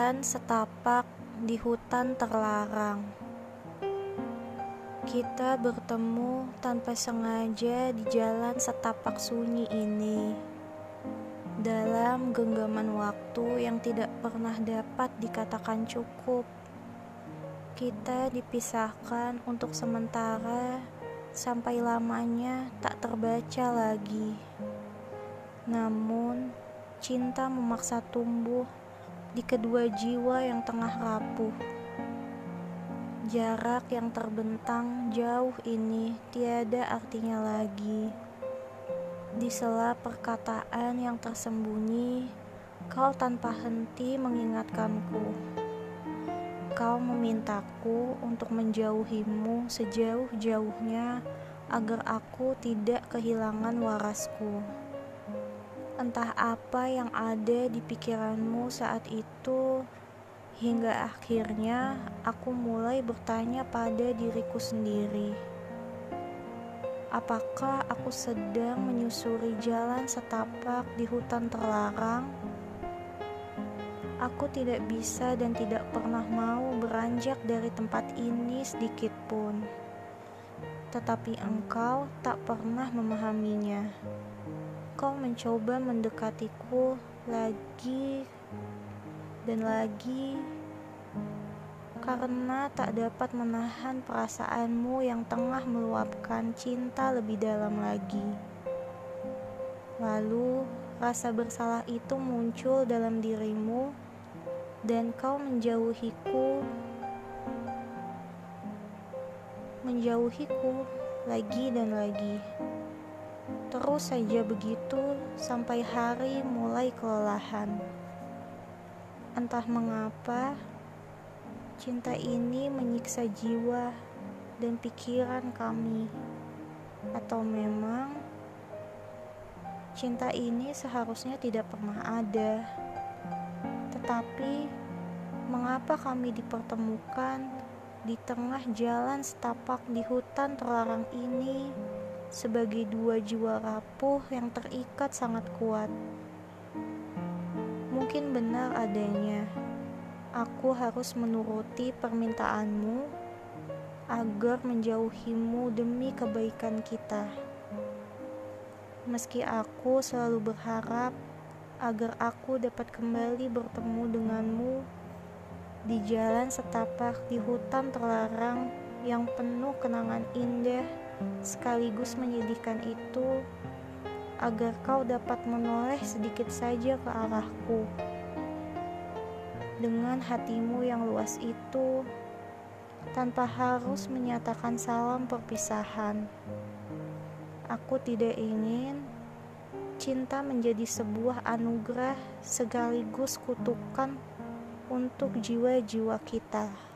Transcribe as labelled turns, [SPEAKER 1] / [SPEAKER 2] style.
[SPEAKER 1] jalan setapak di hutan terlarang. Kita bertemu tanpa sengaja di jalan setapak sunyi ini, dalam genggaman waktu yang tidak pernah dapat dikatakan cukup. Kita dipisahkan untuk sementara sampai lamanya tak terbaca lagi. Namun, cinta memaksa tumbuh di kedua jiwa yang tengah rapuh. Jarak yang terbentang jauh ini tiada artinya lagi. Di sela perkataan yang tersembunyi, kau tanpa henti mengingatkanku. Kau memintaku untuk menjauhimu sejauh-jauhnya agar aku tidak kehilangan warasku. Entah apa yang ada di pikiranmu saat itu, hingga akhirnya aku mulai bertanya pada diriku sendiri. Apakah aku sedang menyusuri jalan setapak di hutan terlarang? Aku tidak bisa dan tidak pernah mau beranjak dari tempat ini sedikit pun. Tetapi engkau tak pernah memahaminya. Kau mencoba mendekatiku lagi dan lagi, karena tak dapat menahan perasaanmu yang tengah meluapkan cinta lebih dalam lagi. Lalu rasa bersalah itu muncul dalam dirimu, dan kau menjauhiku lagi dan lagi. Terus saja begitu sampai hari mulai kelelahan. Entah mengapa, cinta ini menyiksa jiwa dan pikiran kami. Atau memang cinta ini seharusnya tidak pernah ada. Tetapi mengapa kami dipertemukan di tengah jalan setapak di hutan terlarang ini sebagai dua jiwa rapuh yang terikat sangat kuat? Mungkin benar adanya, aku harus menuruti permintaanmu agar menjauhimu demi kebaikan kita. Meski aku selalu berharap agar aku dapat kembali bertemu denganmu di jalan setapak di hutan terlarang yang penuh kenangan indah sekaligus menyedihkan itu, agar kau dapat menoleh sedikit saja ke arahku. Dengan hatimu yang luas itu, tanpa harus menyatakan salam perpisahan. Aku tidak ingin cinta menjadi sebuah anugerah sekaligus kutukan untuk jiwa-jiwa kita.